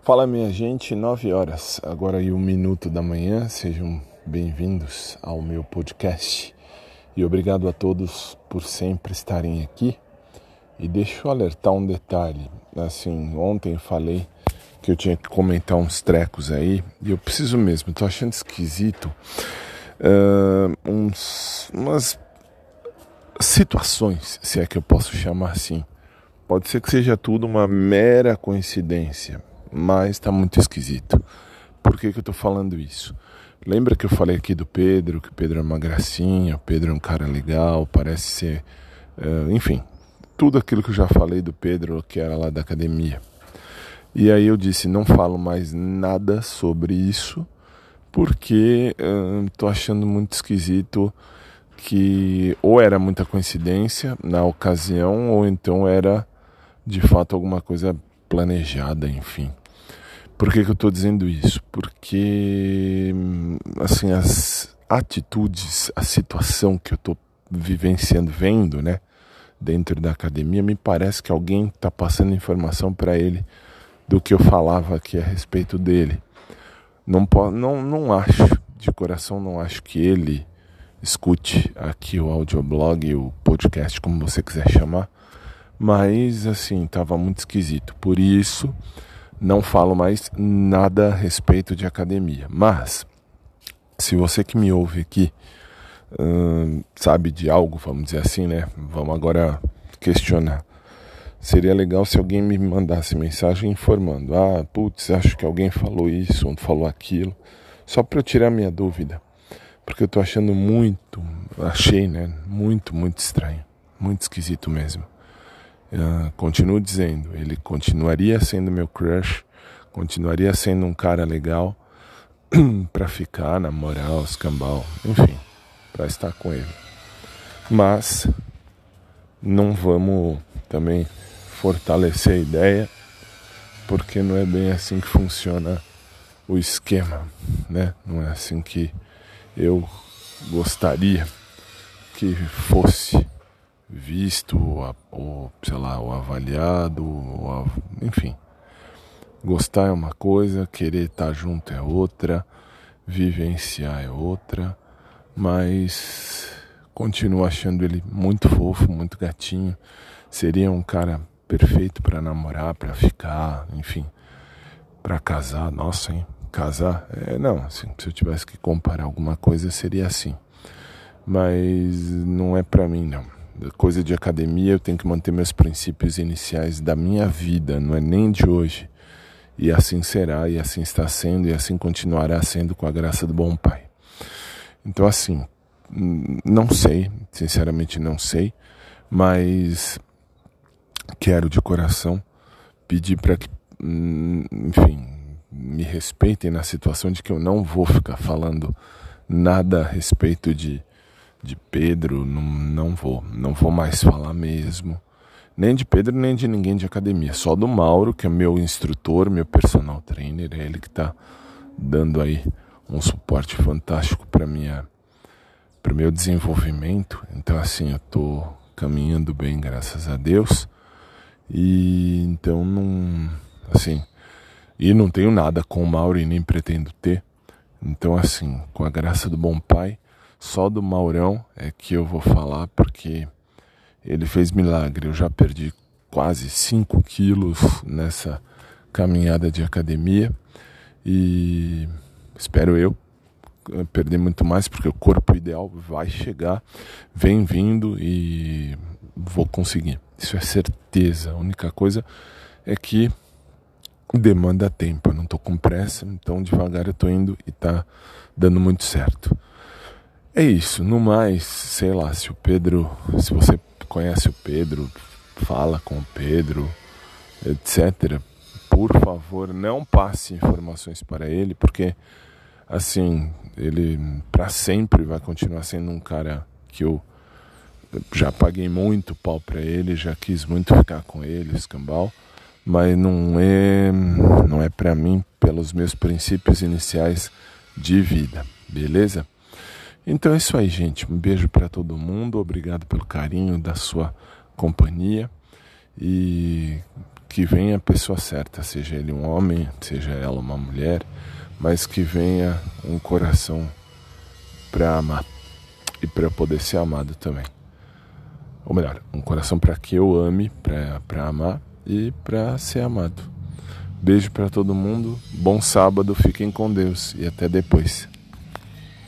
Fala minha gente, 9 horas, agora e 1 minuto da manhã, sejam bem-vindos ao meu podcast e obrigado a todos por sempre estarem aqui. E deixa eu alertar um detalhe, assim, ontem eu falei que eu tinha que comentar uns trecos aí e eu preciso mesmo, tô achando esquisito umas situações, se é que eu posso chamar assim. Pode ser que seja tudo uma mera coincidência, mas está muito esquisito. Por que eu estou falando isso? Lembra que eu falei aqui do Pedro, que o Pedro é uma gracinha, o Pedro é um cara legal, parece ser... enfim, tudo aquilo que eu já falei do Pedro, que era lá da academia. E aí eu disse, não falo mais nada sobre isso, porque estou achando muito esquisito que ou era muita coincidência na ocasião, ou então era de fato alguma coisa planejada, enfim. Por que eu estou dizendo isso? Porque, assim, as atitudes, a situação que eu estou vivenciando, vendo, né, dentro da academia, me parece que alguém está passando informação para ele do que eu falava aqui a respeito dele. Não acho, de coração não acho que ele escute aqui o audioblog, o podcast, como você quiser chamar, mas assim, estava muito esquisito, por isso não falo mais nada a respeito de academia. Mas se você que me ouve aqui sabe de algo, vamos dizer assim, né, vamos agora questionar. Seria legal se alguém me mandasse mensagem informando, acho que alguém falou isso ou falou aquilo, só para eu tirar minha dúvida, porque eu tô achando muito estranho, muito esquisito mesmo. Continuo dizendo, ele continuaria sendo meu crush, continuaria sendo um cara legal pra ficar, namorar, escambau, enfim, pra estar com ele. Mas não vamos também fortalecer a ideia, porque não é bem assim que funciona o esquema, né? Não é assim que eu gostaria que fosse visto, ou sei lá, ou avaliado, enfim. Gostar é uma coisa, querer estar junto é outra, vivenciar é outra, mas continuo achando ele muito fofo, muito gatinho. Seria um cara perfeito para namorar, para ficar, enfim, para casar. Nossa, hein? Casar? Não, assim, se eu tivesse que comparar alguma coisa seria assim. Mas não é para mim, não. Coisa de academia, eu tenho que manter meus princípios iniciais da minha vida, não é nem de hoje. E assim será, e assim está sendo, e assim continuará sendo com a graça do bom Pai. Então assim, não sei, sinceramente não sei, mas quero de coração pedir para que, enfim, me respeitem na situação de que eu não vou ficar falando nada a respeito de Pedro, não vou mais falar mesmo, nem de Pedro, nem de ninguém de academia, só do Mauro, que é meu instrutor, meu personal trainer, é ele que está dando aí um suporte fantástico para o meu desenvolvimento. Então assim, eu estou caminhando bem, graças a Deus, e então não tenho nada com o Mauro e nem pretendo ter. Então assim, com a graça do bom Pai, só do Maurão é que eu vou falar, porque ele fez milagre. Eu já perdi quase 5 quilos nessa caminhada de academia e espero eu perder muito mais, porque o corpo ideal vai chegar, vem vindo e vou conseguir. Isso é certeza. A única coisa é que demanda tempo. Eu não estou com pressa, então devagar eu estou indo e está dando muito certo. É isso, no mais, sei lá, se você conhece o Pedro, fala com o Pedro, etc. Por favor, não passe informações para ele, porque, assim, ele para sempre vai continuar sendo um cara que eu já paguei muito pau para ele, já quis muito ficar com ele, escambau, mas não é para mim, pelos meus princípios iniciais de vida, beleza? Então é isso aí, gente. Um beijo para todo mundo. Obrigado pelo carinho da sua companhia. E que venha a pessoa certa, seja ele um homem, seja ela uma mulher, mas que venha um coração para amar e para poder ser amado também. Ou melhor, um coração para que eu ame, para amar e para ser amado. Beijo para todo mundo, bom sábado, fiquem com Deus e até depois.